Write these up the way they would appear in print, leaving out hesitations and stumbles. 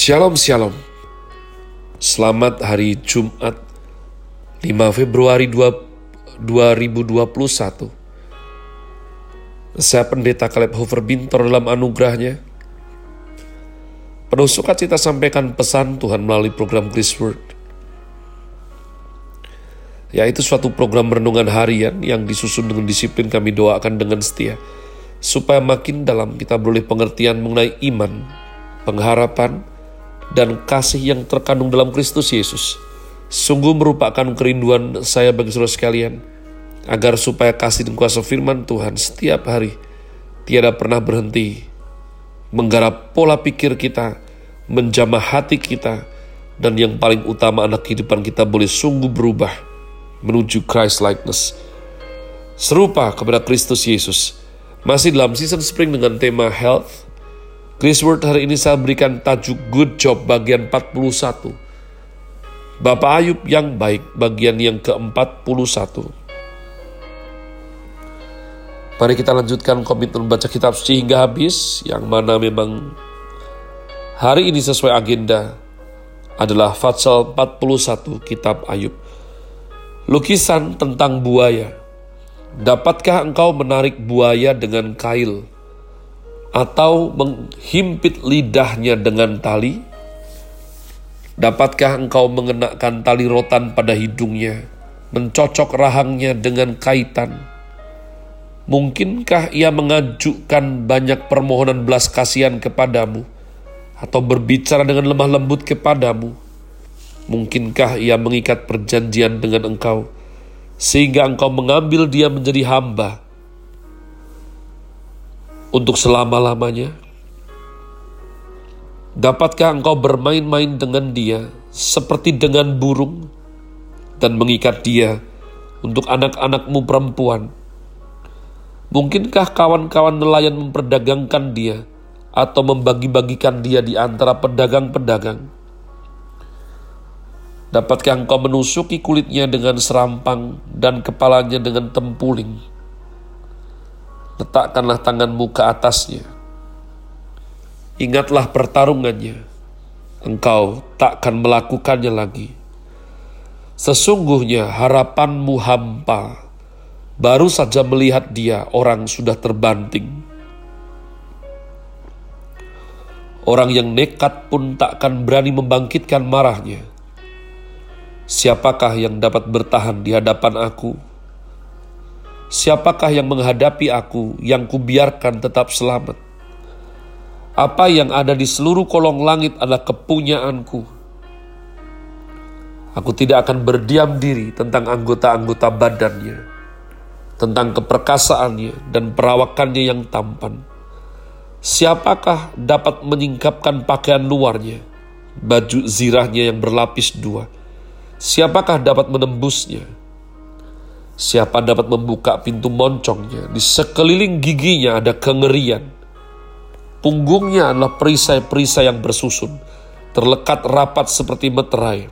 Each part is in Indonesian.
Shalom Shalom. Selamat hari Jumat 5 Februari 2021. Saya Pendeta Caleb Hofer Bintor dalam anugerahnya. Penuh sukacita sampaikan pesan Tuhan melalui program Grace Word, yaitu suatu program renungan harian yang disusun dengan disiplin kami doakan dengan setia, supaya makin dalam kita beroleh pengertian mengenai iman, pengharapan, dan kasih yang terkandung dalam Kristus Yesus. Sungguh merupakan kerinduan saya bagi saudara sekalian, agar supaya kasih dan kuasa firman Tuhan setiap hari tiada pernah berhenti menggarap pola pikir kita, menjamah hati kita, dan yang paling utama anak kehidupan kita boleh sungguh berubah menuju Christ likeness, serupa kepada Kristus Yesus. Masih dalam season spring dengan tema health, Grace Word hari ini saya berikan tajuk Good Job bagian 41. Bapak Ayub yang baik bagian yang ke-41. Mari kita lanjutkan komitmen baca kitab suci hingga habis, yang mana memang hari ini sesuai agenda adalah Fatsal 41 kitab Ayub. Lukisan tentang buaya. Dapatkah engkau menarik buaya dengan kail, atau menghimpit lidahnya dengan tali? Dapatkah engkau mengenakan tali rotan pada hidungnya, mencocok rahangnya dengan kaitan? Mungkinkah ia mengajukan banyak permohonan belas kasihan kepadamu, atau berbicara dengan lemah lembut kepadamu? Mungkinkah ia mengikat perjanjian dengan engkau, sehingga engkau mengambil dia menjadi hamba untuk selama-lamanya? Dapatkah engkau bermain-main dengan dia seperti dengan burung, dan mengikat dia untuk anak-anakmu perempuan? Mungkinkah kawan-kawan nelayan memperdagangkan dia, atau membagi-bagikan dia di antara pedagang-pedagang? Dapatkah engkau menusuki kulitnya dengan serampang, dan kepalanya dengan tempuling? Letakkanlah tanganmu ke atasnya. Ingatlah pertarungannya. Engkau takkan melakukannya lagi. Sesungguhnya harapanmu hampa. Baru saja melihat dia, orang sudah terbanting. Orang yang nekat pun takkan berani membangkitkan marahnya. Siapakah yang dapat bertahan di hadapan aku? Siapakah yang menghadapi aku, yang kubiarkan tetap selamat? Apa yang ada di seluruh kolong langit adalah kepunyaanku. Aku tidak akan berdiam diri tentang anggota-anggota badannya, tentang keperkasaannya dan perawakannya yang tampan. Siapakah dapat menyingkapkan pakaian luarnya, baju zirahnya yang berlapis dua? Siapakah dapat menembusnya? Siapa dapat membuka pintu moncongnya? Di sekeliling giginya ada kengerian. Punggungnya adalah perisai-perisai yang bersusun, terlekat rapat seperti meterai.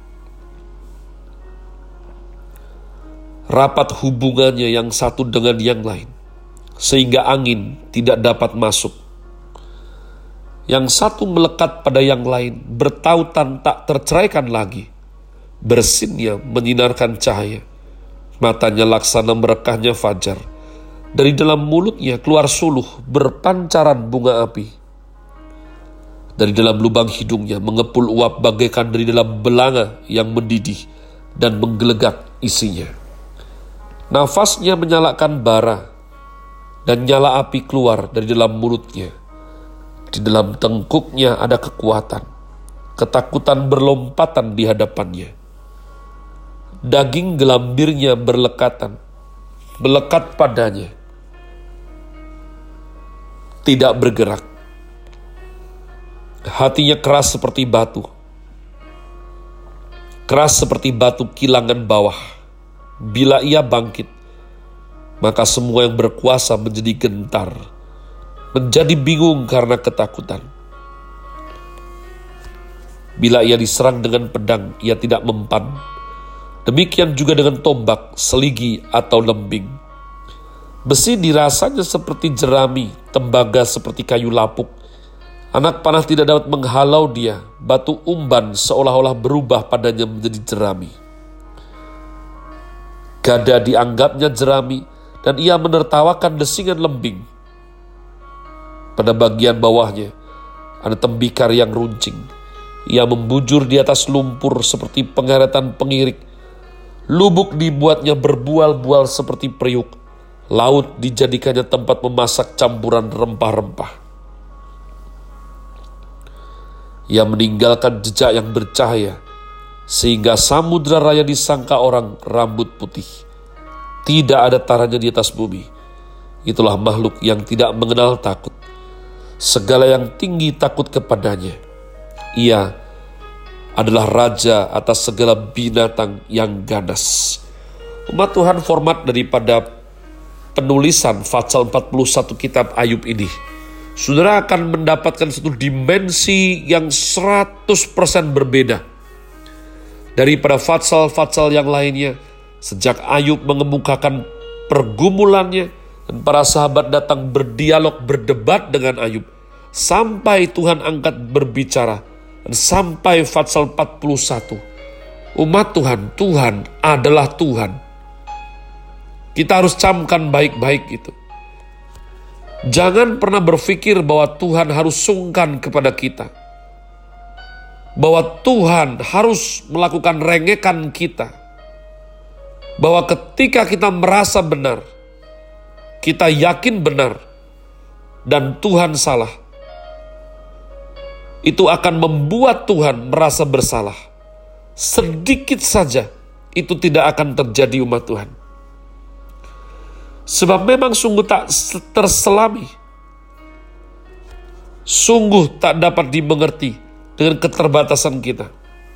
Rapat hubungannya yang satu dengan yang lain, sehingga angin tidak dapat masuk. Yang satu melekat pada yang lain, bertautan tak terceraikan lagi. Bersinnya menyinarkan cahaya. Matanya laksana merekahnya fajar. Dari dalam mulutnya keluar suluh berpancaran bunga api. Dari dalam lubang hidungnya mengepul uap bagaikan dari dalam belanga yang mendidih dan menggelegak isinya. Nafasnya menyalakan bara, dan nyala api keluar dari dalam mulutnya. Di dalam tengkuknya ada kekuatan. Ketakutan berlompatan di hadapannya. Daging gelambirnya berlekatan, melekat padanya, tidak bergerak. Hatinya keras seperti batu, keras seperti batu kilangan bawah. Bila ia bangkit, maka semua yang berkuasa menjadi gentar, menjadi bingung karena ketakutan. Bila ia diserang dengan pedang, ia tidak mempan. Demikian juga dengan tombak, seligi, atau lembing. Besi dirasanya seperti jerami, tembaga seperti kayu lapuk, Anak panah tidak dapat menghalau dia, batu umban seolah-olah berubah padanya menjadi jerami. Gada dianggapnya jerami, dan ia menertawakan desingan lembing. Pada bagian bawahnya ada tembikar yang runcing. Ia membujur di atas lumpur seperti pengeretan pengirik. Lubuk dibuatnya berbual-bual seperti periuk. Laut dijadikannya tempat memasak campuran rempah-rempah. Ia meninggalkan jejak yang bercahaya, sehingga samudra raya disangka orang rambut putih. Tidak ada taranya di atas bumi. Itulah makhluk yang tidak mengenal takut. Segala yang tinggi takut kepadanya. Ia adalah raja atas segala binatang yang ganas. Umat Tuhan, format daripada penulisan Fatsal 41 kitab Ayub ini, saudara akan mendapatkan satu dimensi yang 100% berbeda daripada Fatsal-Fatsal yang lainnya. Sejak Ayub mengemukakan pergumulannya dan para sahabat datang berdialog, berdebat dengan Ayub, sampai Tuhan angkat berbicara, dan sampai Fatsal 41. Umat Tuhan, Tuhan adalah Tuhan. Kita harus camkan baik-baik itu. Jangan pernah berpikir bahwa Tuhan harus sungkan kepada kita, bahwa Tuhan harus melakukan rengekan kita, bahwa ketika kita merasa benar, kita yakin benar, dan Tuhan salah, itu akan membuat Tuhan merasa bersalah. Sedikit saja itu tidak akan terjadi, umat Tuhan. Sebab memang sungguh tak terselami, sungguh tak dapat dimengerti dengan keterbatasan kita.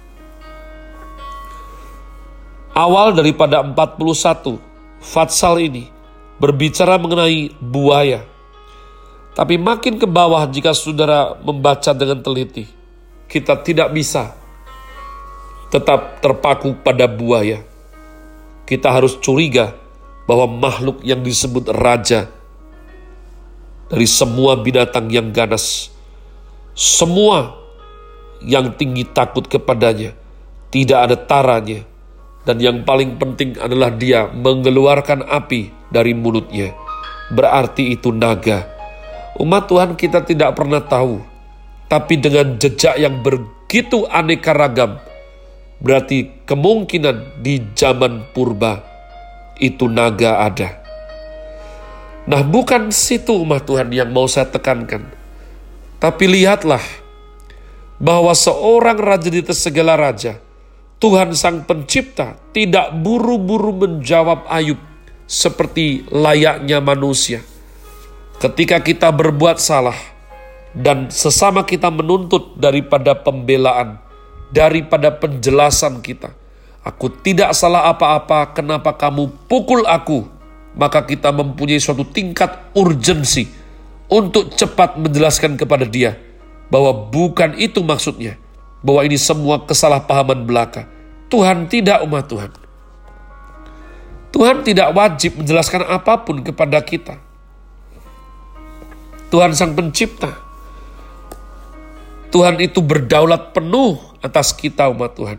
Awal daripada 41 Fatsal ini berbicara mengenai buaya. Tapi makin ke bawah, jika saudara membaca dengan teliti, kita tidak bisa tetap terpaku pada buaya. Kita harus curiga bahwa makhluk yang disebut raja dari semua binatang yang ganas, semua yang tinggi takut kepadanya, tidak ada taranya, dan yang paling penting adalah dia mengeluarkan api dari mulutnya. Berarti itu naga. Umat Tuhan, kita tidak pernah tahu, tapi dengan jejak yang begitu aneka ragam, berarti kemungkinan di zaman purba itu naga ada. Nah, bukan situ umat Tuhan yang mau saya tekankan. Tapi lihatlah bahwa seorang raja di atas segala raja, Tuhan Sang Pencipta, tidak buru-buru menjawab Ayub seperti layaknya manusia. Ketika kita berbuat salah dan sesama kita menuntut daripada pembelaan, daripada penjelasan kita, aku tidak salah apa-apa, kenapa kamu pukul aku? Maka kita mempunyai suatu tingkat urgensi untuk cepat menjelaskan kepada dia bahwa bukan itu maksudnya, bahwa ini semua kesalahpahaman belaka. Tuhan tidak, umat Tuhan. Tuhan tidak wajib menjelaskan apapun kepada kita. Tuhan Sang Pencipta. Tuhan itu berdaulat penuh atas kita, umat Tuhan.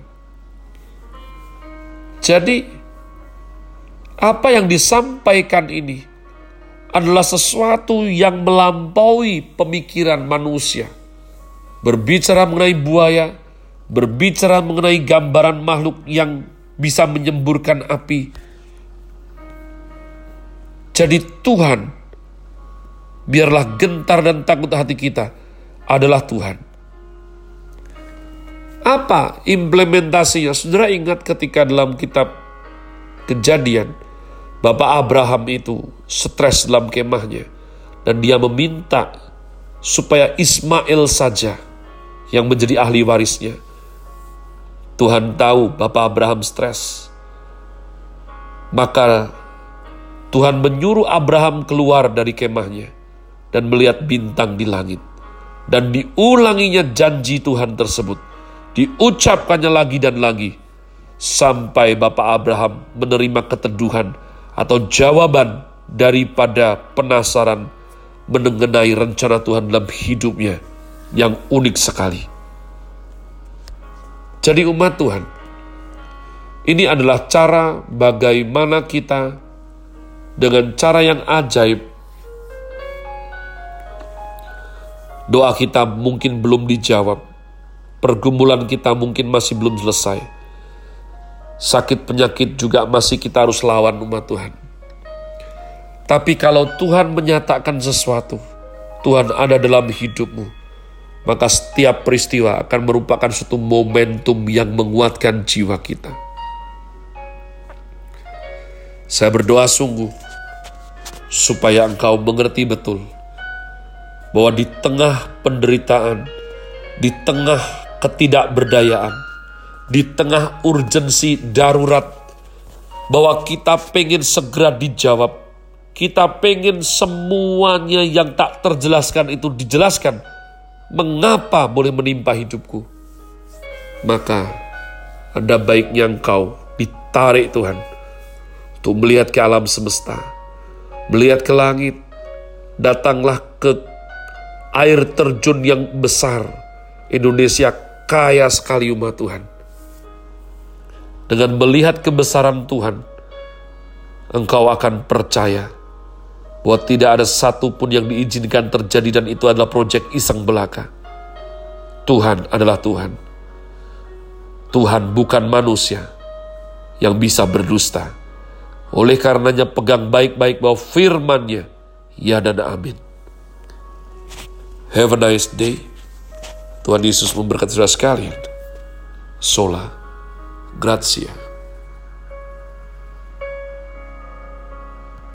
Jadi, apa yang disampaikan ini adalah sesuatu yang melampaui pemikiran manusia. Berbicara mengenai buaya, berbicara mengenai gambaran makhluk yang bisa menyemburkan api. Jadi Tuhan, biarlah gentar dan takut hati kita, adalah Tuhan. Apa implementasinya? Saudara ingat ketika dalam kitab Kejadian, Bapak Abraham itu stres dalam kemahnya, dan dia meminta supaya Ismail saja yang menjadi ahli warisnya. Tuhan tahu Bapak Abraham stres. Maka Tuhan menyuruh Abraham keluar dari kemahnya dan melihat bintang di langit. Dan diulanginya janji Tuhan tersebut. Diucapkannya lagi dan lagi. Sampai Bapak Abraham menerima keteduhan atau jawaban daripada penasaran mengenai rencana Tuhan dalam hidupnya. yang unik sekali. Jadi umat Tuhan, ini adalah cara bagaimana kita dengan cara yang ajaib, doa kita mungkin belum dijawab, pergumulan kita mungkin masih belum selesai, sakit penyakit juga masih kita harus lawan umat Tuhan. Tapi kalau Tuhan menyatakan sesuatu, Tuhan ada dalam hidupmu, maka setiap peristiwa akan merupakan suatu momentum yang menguatkan jiwa kita. Saya berdoa sungguh supaya engkau mengerti betul bahwa di tengah penderitaan, di tengah ketidakberdayaan, di tengah urgensi darurat, bahwa kita pengen segera dijawab. Kita pengen semuanya yang tak terjelaskan itu dijelaskan. Mengapa boleh menimpa hidupku? Maka ada baiknya engkau ditarik Tuhan untuk melihat ke alam semesta, melihat ke langit. Datanglah ke air terjun yang besar. Indonesia kaya sekali umat Tuhan. Dengan melihat kebesaran Tuhan, engkau akan percaya bahwa tidak ada satu pun yang diizinkan terjadi dan itu adalah proyek iseng belaka. Tuhan adalah Tuhan. Tuhan bukan manusia yang bisa berdusta. Oleh karenanya pegang baik-baik bahwa firman-Nya ya dan amin. Have a nice day. Tuhan Yesus memberkati saudara sekalian. Sola Gratia.